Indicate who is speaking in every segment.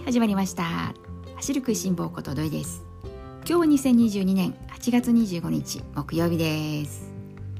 Speaker 1: 始まりました。走る食いしん坊こと土井です。今日は2022年8月25日木曜日です。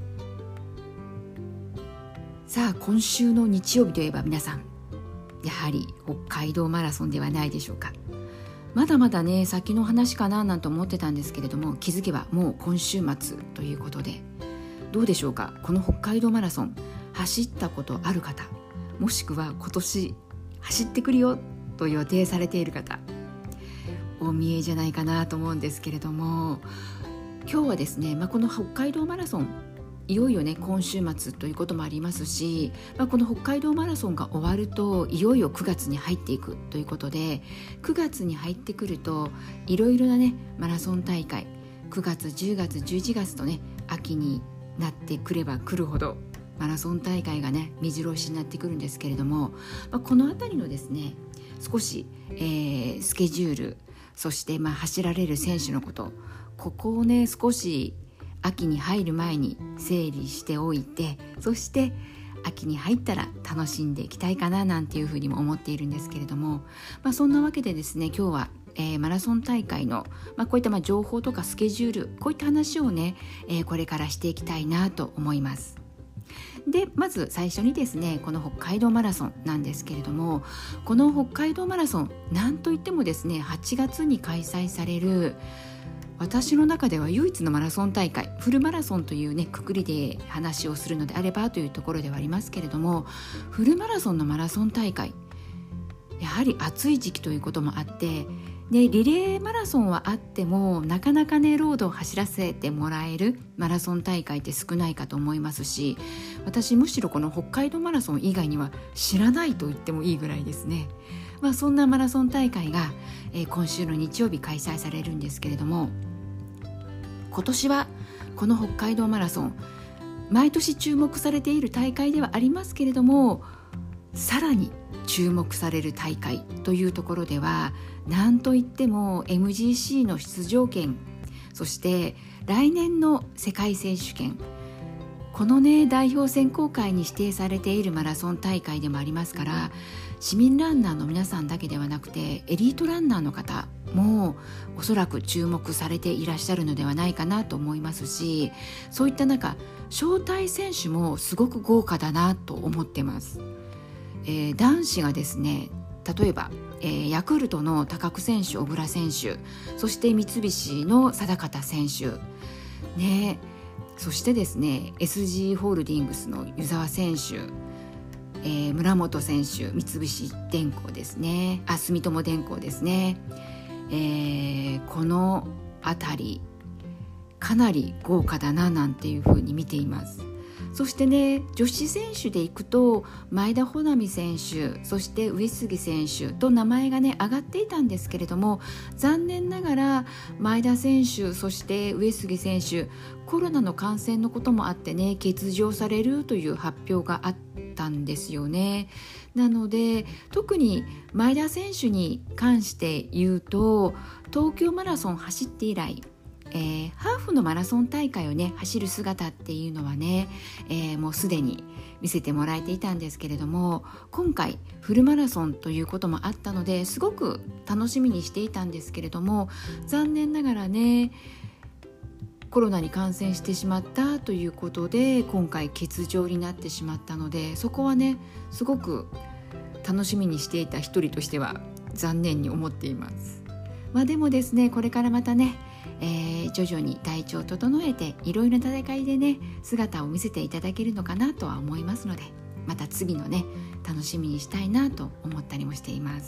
Speaker 1: さあ、今週の日曜日といえば皆さんやはり北海道マラソンではないでしょうか。まだまだね先の話かななんて思ってたんですけれども、気づけばもう今週末ということで、どうでしょうか。この北海道マラソン走ったことある方、もしくは今年走ってくるよと予定されている方、お見えじゃないかなと思うんですけれども、今日はですね、この北海道マラソンいよいよね今週末ということもありますし、この北海道マラソンが終わるといよいよ9月に入っていくということで、9月に入ってくるといろいろなねマラソン大会、9月10月11月とね秋になってくればくるほどマラソン大会がね目白押しになってくるんですけれども、このあたりのですね少し、スケジュール、そして走られる選手のこと、ここをね少し秋に入る前に整理しておいて、そして秋に入ったら楽しんでいきたいかななんていうふうにも思っているんですけれども、そんなわけでですね今日は、マラソン大会の、こういった情報とかスケジュール、こういった話をね、これからしていきたいなと思います。でまず最初にですね、この北海道マラソンなんですけれども、この北海道マラソンなんといってもですね8月に開催される、私の中では唯一のマラソン大会、フルマラソンというねくくりで話をするのであればというところではありますけれども、フルマラソンのマラソン大会、やはり暑い時期ということもあって、でリレーマラソンはあってもなかなかねロードを走らせてもらえるマラソン大会って少ないかと思いますし、私むしろこの北海道マラソン以外には知らないと言ってもいいぐらいですね。そんなマラソン大会が、今週の日曜日開催されるんですけれども、今年はこの北海道マラソン毎年注目されている大会ではありますけれども、さらに注目される大会というところでは、なんといっても MGC の出場権、そして来年の世界選手権、このね代表選考会に指定されているマラソン大会でもありますから、市民ランナーの皆さんだけではなくてエリートランナーの方もおそらく注目されていらっしゃるのではないかなと思いますし、そういった中招待選手もすごく豪華だなと思ってます。男子がですね、例えば、ヤクルトの高久選手、小倉選手、そして三菱の定方選手、ね、そしてですね SG ホールディングスの湯沢選手、村本選手、三菱電工ですね、住友電工ですね、このあたりかなり豪華だななんていうふうに見ています。そしてね女子選手でいくと前田穂波選手、そして上杉選手と名前がね上がっていたんですけれども、残念ながら前田選手、そして上杉選手、コロナの感染のこともあってね欠場されるという発表があったんですよね。なので特に前田選手に関して言うと、東京マラソン走って以来ハーフのマラソン大会をね走る姿っていうのはね、もうすでに見せてもらえていたんですけれども、今回フルマラソンということもあったのですごく楽しみにしていたんですけれども、残念ながらねコロナに感染してしまったということで今回欠場になってしまったので、そこはねすごく楽しみにしていた一人としては残念に思っています。でもですねこれからまたね徐々に体調を整えていろいろな戦いでね姿を見せていただけるのかなとは思いますので、また次のね楽しみにしたいなと思ったりもしています。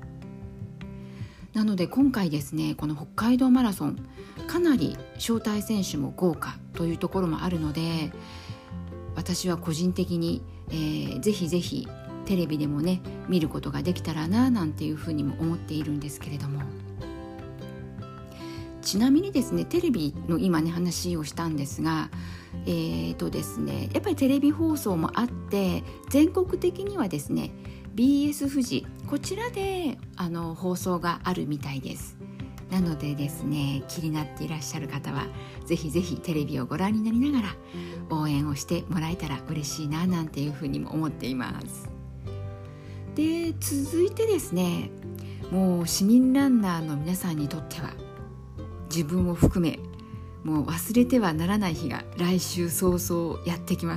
Speaker 1: なので今回ですねこの北海道マラソンかなり招待選手も豪華というところもあるので、私は個人的に、ぜひぜひテレビでもね見ることができたらななんていうふうにも思っているんですけれども、ちなみにですねテレビの今ね話をしたんですが、ですねやっぱりテレビ放送もあって全国的にはですね BS 富士、こちらで放送があるみたいです。なのでですね気になっていらっしゃる方はぜひぜひテレビをご覧になりながら応援をしてもらえたら嬉しいななんていうふうにも思っています。で続いてですねもう市民ランナーの皆さんにとっては、自分を含めもう忘れてはならない日が来週早々やってきます。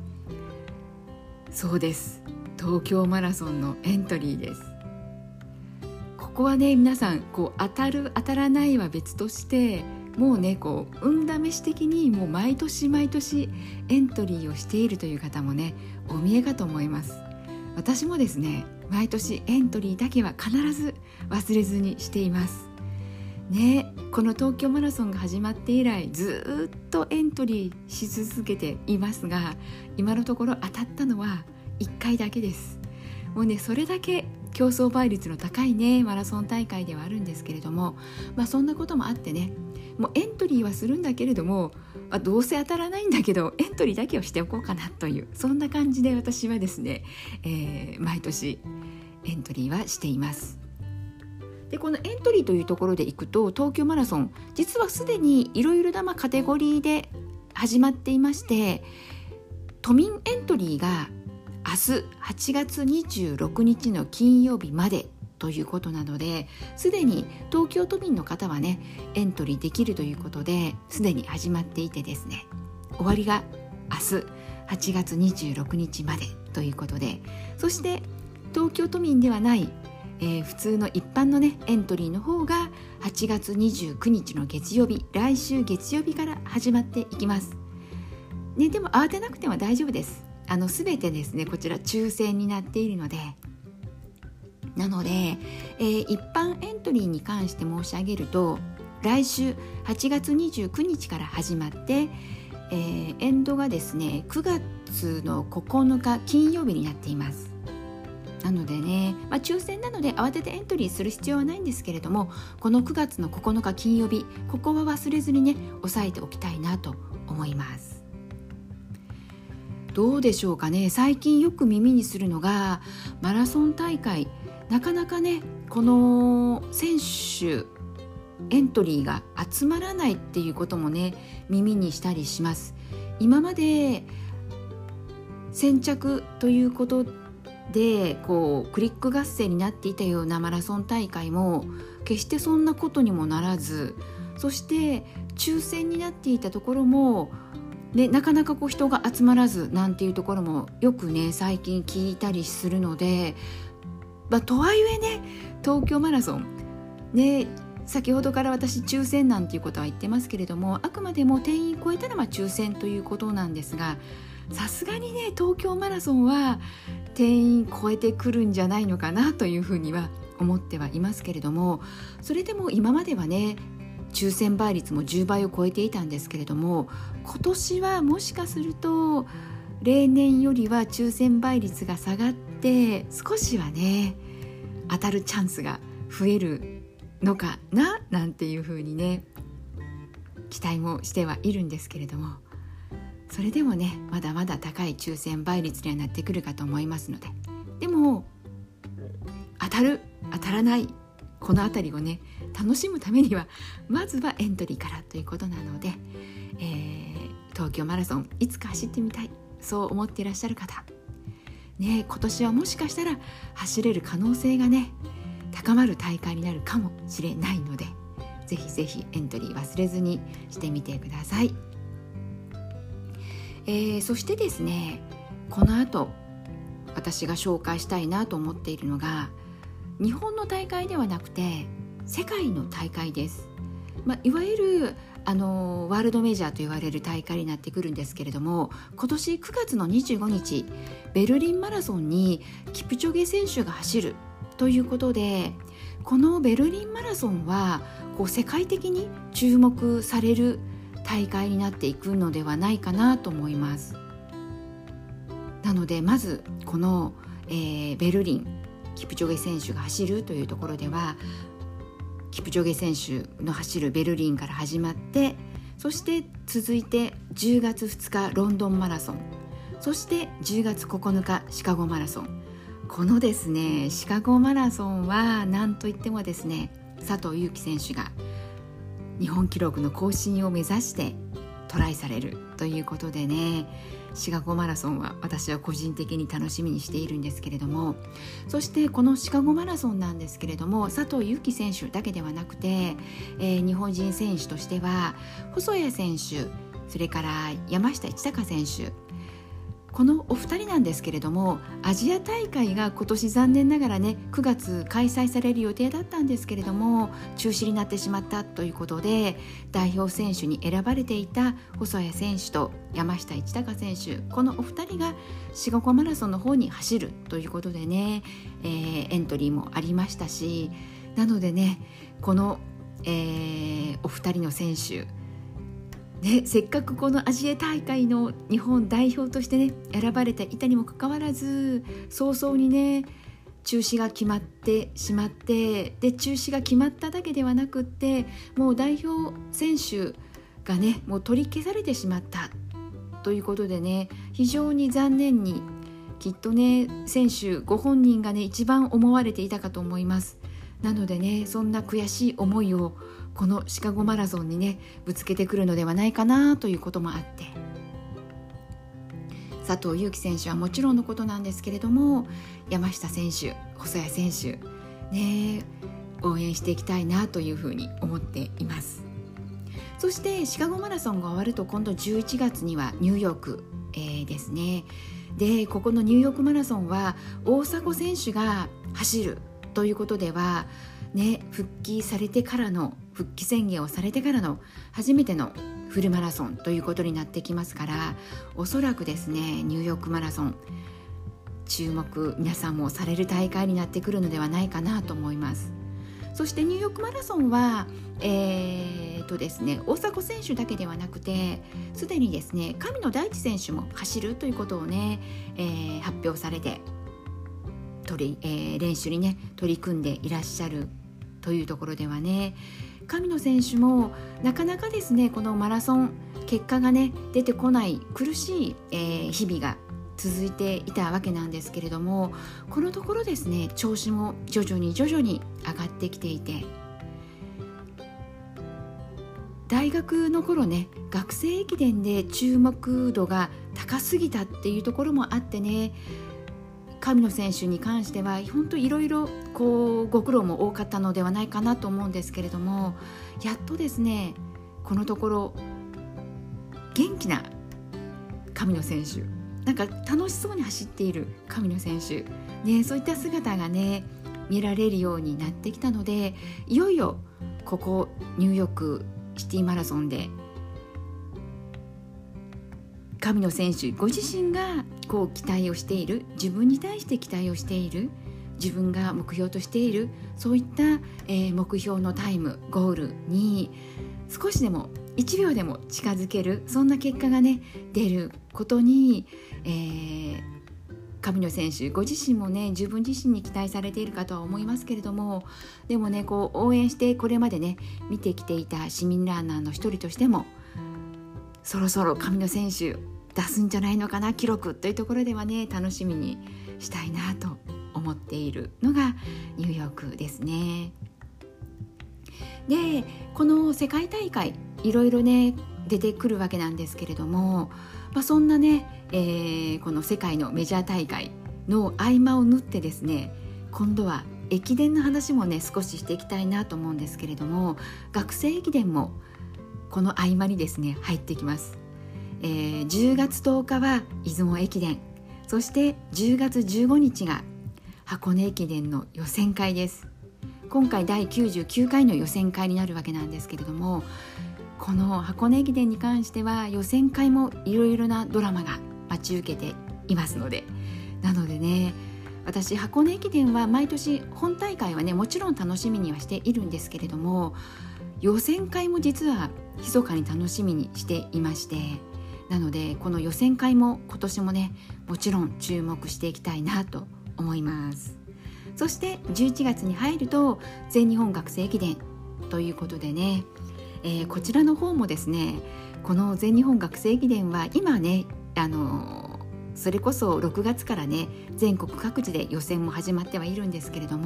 Speaker 1: そうです、東京マラソンのエントリーです。ここはね、皆さん当たる当たらないは別として、もうね運試し的にもう毎年毎年エントリーをしているという方もねお見えかと思います。私もですね、毎年エントリーだけは必ず忘れずにしていますね。この東京マラソンが始まって以来ずっとエントリーし続けていますが、今のところ当たったのは1回だけです。もうね、それだけ競争倍率の高いねマラソン大会ではあるんですけれども、そんなこともあってね、もうエントリーはするんだけれども、どうせ当たらないんだけどエントリーだけをしておこうかなという、そんな感じで私はですね、毎年エントリーはしています。でこのエントリーというところでいくと、東京マラソン実はすでにいろいろなカテゴリーで始まっていまして、都民エントリーが明日8月26日の金曜日までということなので、すでに東京都民の方はねエントリーできるということで、すでに始まっていてですね、終わりが明日8月26日までということで、そして東京都民ではない普通の一般のねエントリーの方が8月29日の月曜日、来週月曜日から始まっていきます、ね、でも慌てなくても大丈夫です。すべてですねこちら抽選になっているので、なので、一般エントリーに関して申し上げると、来週8月29日から始まって、エンドがですね9月の9日金曜日になっています。なのでね、抽選なので慌ててエントリーする必要はないんですけれども、この9月の9日金曜日、ここは忘れずにね押さえておきたいなと思います。どうでしょうかね、最近よく耳にするのがマラソン大会、なかなかねこの選手エントリーが集まらないっていうこともね耳にしたりします。今まで先着ということでクリック合戦になっていたようなマラソン大会も決してそんなことにもならず、そして抽選になっていたところもね、なかなか人が集まらずなんていうところもよくね最近聞いたりするので、とはいえね東京マラソンね、先ほどから私抽選なんていうことは言ってますけれども、あくまでも定員超えたら抽選ということなんですが、さすがにね東京マラソンは定員超えてくるんじゃないのかなというふうには思ってはいますけれども、それでも今まではね抽選倍率も10倍を超えていたんですけれども、今年はもしかすると例年よりは抽選倍率が下がって少しはね当たるチャンスが増えるのかななんていうふうにね期待もしてはいるんですけれども、それでもねまだまだ高い抽選倍率にはなってくるかと思いますので、でも当たる当たらないこのあたりをね楽しむためにはまずはエントリーからということなので、東京マラソンいつか走ってみたい、そう思っていらっしゃる方ね、今年はもしかしたら走れる可能性がね高まる大会になるかもしれないので、ぜひぜひエントリー忘れずにしてみてください。そしてですね、この後私が紹介したいなと思っているのが日本の大会ではなくて世界の大会です。いわゆるワールドメジャーと言われる大会になってくるんですけれども、今年9月の25日ベルリンマラソンにキプチョゲ選手が走るということで、このベルリンマラソンは世界的に注目される大会になっていくのではないかなと思います。なのでまずこの、ベルリンキプチョゲ選手が走るというところでは、キプチョゲ選手の走るベルリンから始まって、そして続いて10月2日ロンドンマラソン、そして10月9日シカゴマラソン。このですねシカゴマラソンはなんといってもですね、佐藤悠基選手が日本記録の更新を目指してトライされるということでね、 シカゴマラソンは私は個人的に楽しみにしているんですけれども、そしてこのシカゴマラソンなんですけれども、佐藤悠基選手だけではなくて、日本人選手としては細谷選手、それから山下一貴選手、このお二人なんですけれども、アジア大会が今年残念ながらね9月開催される予定だったんですけれども、中止になってしまったということで、代表選手に選ばれていた細谷選手と山下一貴選手、このお二人がシカゴマラソンの方に走るということでね、エントリーもありましたし、なのでねこの、お二人の選手ね、せっかくこのアジア大会の日本代表としてね選ばれていたにもかかわらず、早々にね中止が決まってしまって、で中止が決まっただけではなくって、もう代表選手がねもう取り消されてしまったということでね、非常に残念に、きっとね選手ご本人がね一番思われていたかと思います。なのでね、そんな悔しい思いをこのシカゴマラソンにねぶつけてくるのではないかなということもあって、佐藤悠基選手はもちろんのことなんですけれども、山下選手、細谷選手ね応援していきたいなというふうに思っています。そしてシカゴマラソンが終わると、今度11月にはニューヨーク、ですね。でここのニューヨークマラソンは大迫選手が走るということではね、復帰宣言をされてからの初めてのフルマラソンということになってきますから、おそらくですねニューヨークマラソン注目皆さんもされる大会になってくるのではないかなと思います。そしてニューヨークマラソンはですね、大迫選手だけではなくて、すでにですね神野大地選手も走るということをね、発表されて練習にね取り組んでいらっしゃるというところではね、神野選手もなかなかですねこのマラソン結果がね出てこない苦しい、日々が続いていたわけなんですけれども、このところですね調子も徐々に上がってきていて、大学の頃ね学生駅伝で注目度が高すぎたっていうところもあってね、神野選手に関しては本当いろいろご苦労も多かったのではないかなと思うんですけれども、やっとですねこのところ元気な神野選手、なんか楽しそうに走っている神野選手、ね、そういった姿がね見られるようになってきたので、いよいよここニューヨークシティマラソンで神野選手ご自身が期待をしている、自分に対して期待をしている、自分が目標としているそういった、目標のタイムゴールに少しでも1秒でも近づける、そんな結果がね出ることに、神野選手ご自身もね自分自身に期待されているかとは思いますけれども、でもね応援してこれまでね見てきていた市民ランナーの一人としても、そろそろ神野選手出すんじゃないのかな記録というところではね楽しみにしたいなと思っているのがニューヨークですね。でこの世界大会いろいろね出てくるわけなんですけれども、そんなね、この世界のメジャー大会の合間を縫ってですね、今度は駅伝の話もね少ししていきたいなと思うんですけれども、学生駅伝もこの合間にですね入ってきます。10月10日は出雲駅伝、そして10月15日が箱根駅伝の予選会です。今回第99回の予選会になるわけなんですけれども、この箱根駅伝に関しては予選会もいろいろなドラマが待ち受けていますので、なのでね私箱根駅伝は毎年本大会はねもちろん楽しみにはしているんですけれども、予選会も実は密かに楽しみにしていまして、なのでこの予選会も今年もねもちろん注目していきたいなと思います。そして11月に入ると全日本学生駅伝ということでね、こちらの方もですね、この全日本学生駅伝は今ねそれこそ6月からね全国各地で予選も始まってはいるんですけれど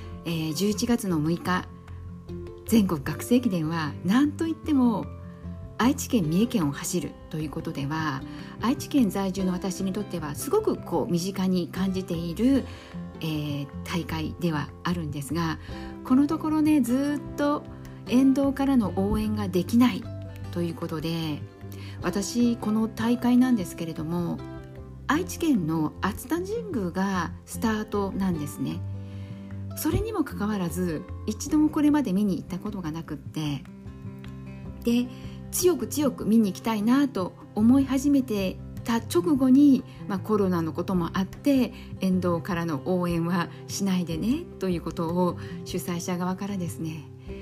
Speaker 1: も、11月の6日全国学生駅伝はなんといっても愛知県三重県を走るということでは、愛知県在住の私にとってはすごく身近に感じている、大会ではあるんですが、このところねずっと沿道からの応援ができないということで、私この大会なんですけれども、愛知県の熱田神宮がスタートなんですね。それにもかかわらず一度もこれまで見に行ったことがなくって、で強く見に行きたいなと思い始めてた直後に、コロナのこともあって沿道からの応援はしないでねということを主催者側からですね、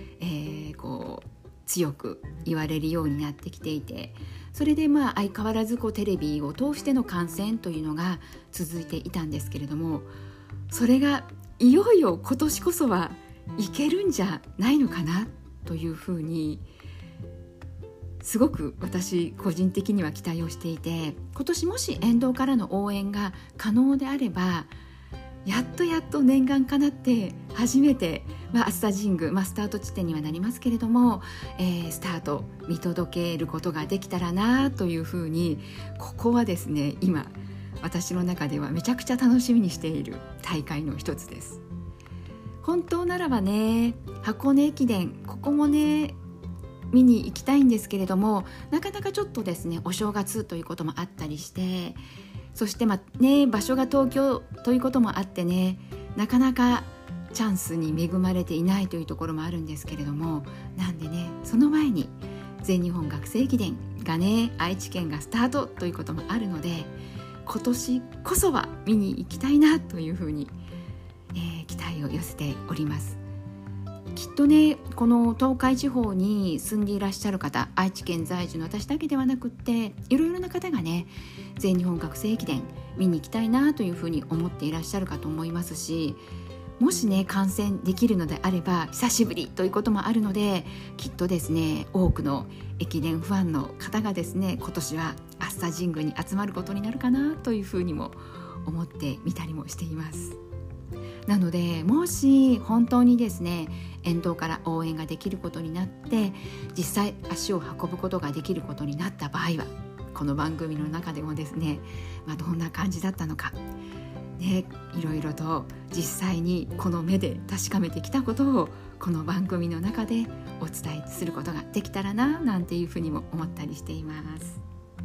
Speaker 1: 強く言われるようになってきていて、それで相変わらずテレビを通しての観戦というのが続いていたんですけれども、それがいよいよ今年こそはいけるんじゃないのかなというふうにすごく私個人的には期待をしていて、今年もし沿道からの応援が可能であれば、やっと念願かなって初めて、熱田神宮、スタート地点にはなりますけれども、スタート見届けることができたらなというふうに、ここはですね今私の中ではめちゃくちゃ楽しみにしている大会の一つです。本当ならばね、箱根駅伝、ここもね見に行きたいんですけれども、なかなかちょっとですねお正月ということもあったりして、そして場所が東京ということもあってね、なかなかチャンスに恵まれていないというところもあるんですけれども、なんでねその前に全日本学生駅伝がね愛知県がスタートということもあるので、今年こそは見に行きたいなというふうに、期待を寄せております。きっとねこの東海地方に住んでいらっしゃる方、愛知県在住の私だけではなくって、いろいろな方がね全日本学生駅伝見に行きたいなというふうに思っていらっしゃるかと思いますし、もしね観戦できるのであれば久しぶりということもあるので、きっとですね多くの駅伝ファンの方がですね今年は熱田神宮に集まることになるかなというふうにも思ってみたりもしています。なのでもし本当にですね沿道から応援ができることになって、実際足を運ぶことができることになった場合は、この番組の中でもですね、どんな感じだったのか、いろいろと実際にこの目で確かめてきたことをこの番組の中でお伝えすることができたらななんていうふうにも思ったりしています。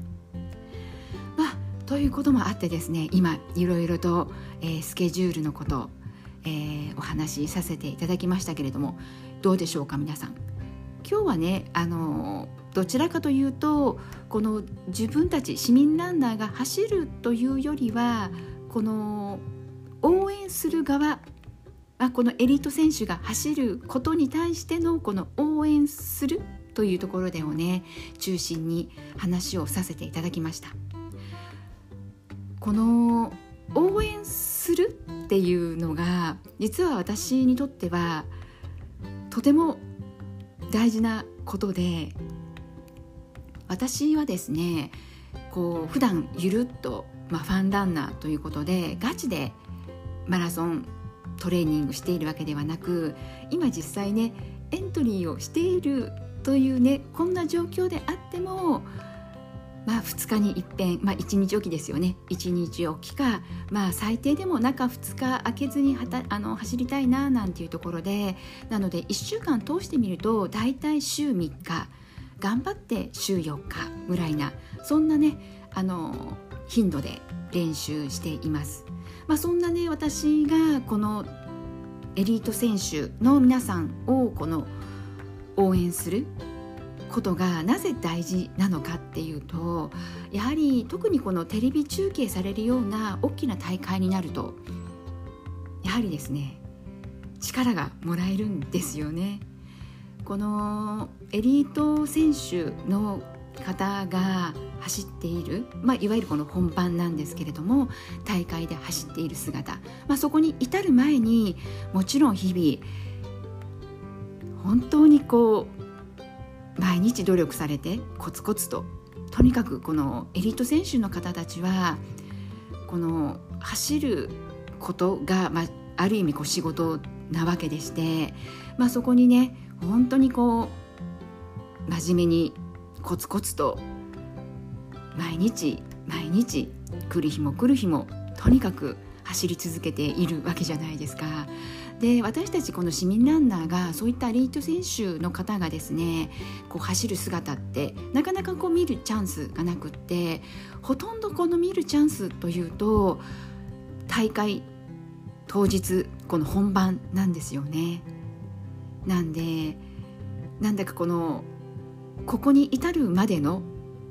Speaker 1: ということもあってですね、今いろいろと、スケジュールのこと、お話しさせていただきましたけれども、どうでしょうか皆さん。今日はねどちらかというとこの自分たち市民ランナーが走るというよりは、この応援する側、このエリート選手が走ることに対してのこの応援するというところでもね中心に話をさせていただきました。この応援するっていうのが実は私にとってはとても大事なことで、私はですね普段ゆるっと、ファンランナーということでガチでマラソントレーニングしているわけではなく、今実際ねエントリーをしているというねこんな状況であっても、2日に一遍、1日おきですよね、1日おきか、最低でも中2日空けずに走りたいななんていうところで、なので1週間通してみるとだいたい週3日頑張って週4日ぐらいな、そんなね頻度で練習しています。そんなね私がこのエリート選手の皆さんをこの応援することがなぜ大事なのかっていうと、やはり特にこのテレビ中継されるような大きな大会になるとやはりですね力がもらえるんですよね。このエリート選手の方が走っている、いわゆるこの本番なんですけれども大会で走っている姿、そこに至る前にもちろん日々本当に毎日努力されてコツコツと、とにかくこのエリート選手の方たちはこの走ることが、ある意味仕事なわけでして、そこにね本当に真面目にコツコツと毎日毎日来る日も来る日もとにかく走り続けているわけじゃないですか。で、私たちこの市民ランナーがそういったエリート選手の方がですねこう走る姿ってなかなかこう見るチャンスがなくって、ほとんどこの見るチャンスというと大会当日この本番なんですよね。なんでなんだかここに至るまでの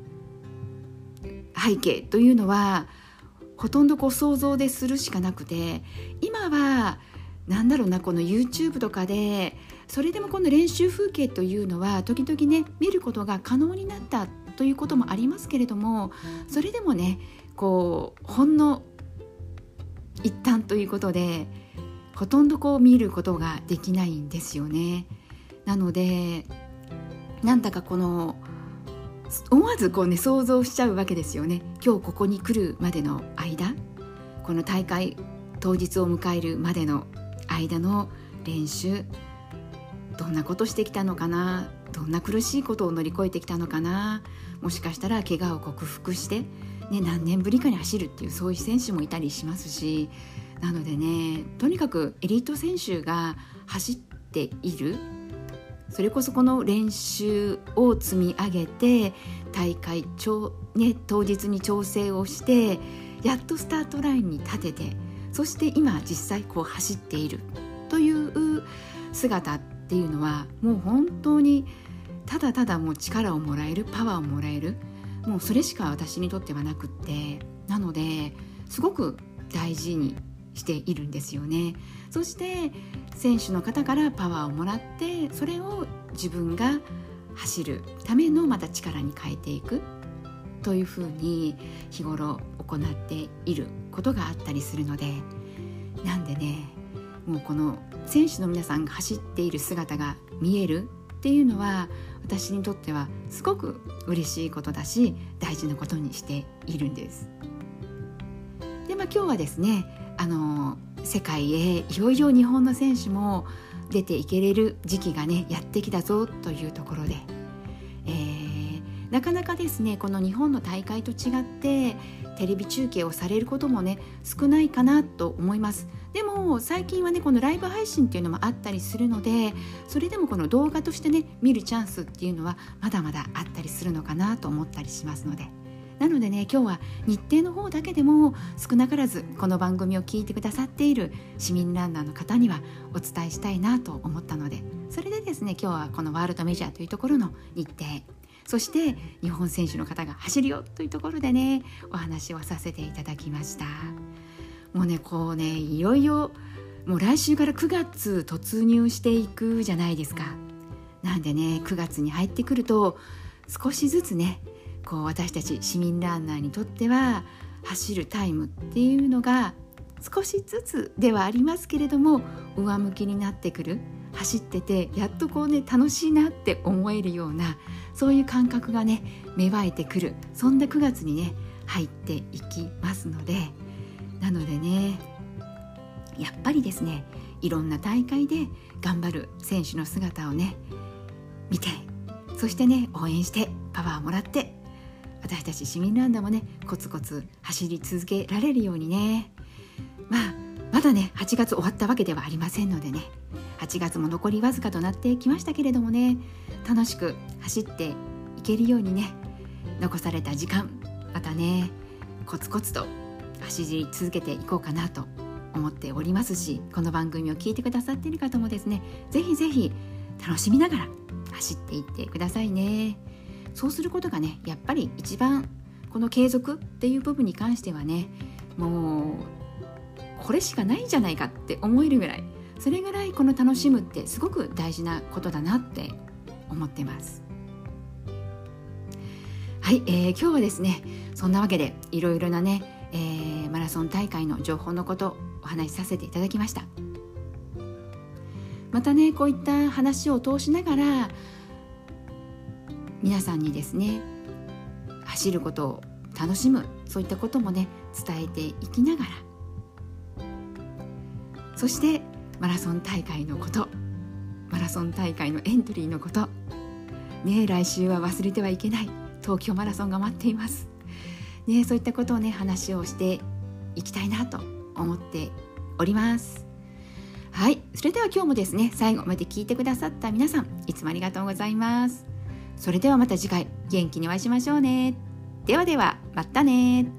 Speaker 1: 背景というのはほとんどこう想像でするしかなくて、今はなんだろうな、この YouTube とかでそれでもこの練習風景というのは時々ね見ることが可能になったということもありますけれども、それでもねこうほんの一旦ということでほとんどこう見ることができないんですよね。なのでなんだか思わずこうね想像しちゃうわけですよね。今日ここに来るまでの間、この大会当日を迎えるまでの間の練習、どんなことしてきたのかな、どんな苦しいことを乗り越えてきたのかな、もしかしたら怪我を克服して、ね、何年ぶりかに走るっていうそういう選手もいたりしますし、なのでねとにかくエリート選手が走っている、それこそこの練習を積み上げて大会当日に調整をしてやっとスタートラインに立てて、そして今実際こう走っているという姿っていうのはもう本当にただただもう力をもらえる、パワーをもらえる、もうそれしか私にとってはなくって、なのですごく大事にしているんですよね。そして選手の方からパワーをもらって、それを自分が走るためのまた力に変えていくというふうに日頃行っていることがあったりするので、なんでねもうこの選手の皆さんが走っている姿が見えるっていうのは私にとってはすごく嬉しいことだし大事なことにしているんです。で、今日はですね世界へいよいよ日本の選手も出ていけれる時期がねやってきたぞというところで、なかなかですねこの日本の大会と違ってテレビ中継をされることもね少ないかなと思います。でも最近はねこのライブ配信っていうのもあったりするので、それでもこの動画としてね見るチャンスっていうのはまだまだあったりするのかなと思ったりしますので、なのでね今日は日程の方だけでも少なからずこの番組を聞いてくださっている市民ランナーの方にはお伝えしたいなと思ったので、それでですね今日はこのワールドメジャーというところの日程、そして日本選手の方が走るよというところでねお話をさせていただきました。もうねいよいよもう来週から9月突入していくじゃないですか。なんでね9月に入ってくると少しずつねこう私たち市民ランナーにとっては走るタイムっていうのが少しずつではありますけれども上向きになってくる、走っててやっと楽しいなって思えるようなそういう感覚がね芽生えてくる、そんな9月にね入っていきますので、なのでねやっぱりですねいろんな大会で頑張る選手の姿をね見て、そしてね応援してパワーをもらって、私たち市民ランナーもねコツコツ走り続けられるようにね、まだね8月終わったわけではありませんのでね、8月も残りわずかとなってきましたけれどもね、楽しく走っていけるようにね残された時間またねコツコツと走り続けていこうかなと思っておりますし、この番組を聞いてくださっている方もですねぜひぜひ楽しみながら走っていってくださいね。そうすることがねやっぱり一番この継続っていう部分に関してはねもうこれしかないんじゃないかって思えるぐらい、それぐらいこの楽しむってすごく大事なことだなって思ってます。はい、今日はですねそんなわけでいろいろなね、マラソン大会の情報のことお話しさせていただきました。またねこういった話を通しながら皆さんにですね走ることを楽しむ、そういったこともね伝えていきながら、そしてマラソン大会のこと、マラソン大会のエントリーのこと、 ね、来週は忘れてはいけない東京マラソンが待っています、ね、そういったことをね話をしていきたいなと思っております。はい、それでは今日もですね最後まで聞いてくださった皆さん、いつもありがとうございます。それではまた次回元気にお会いしましょうね。ではでは、またね。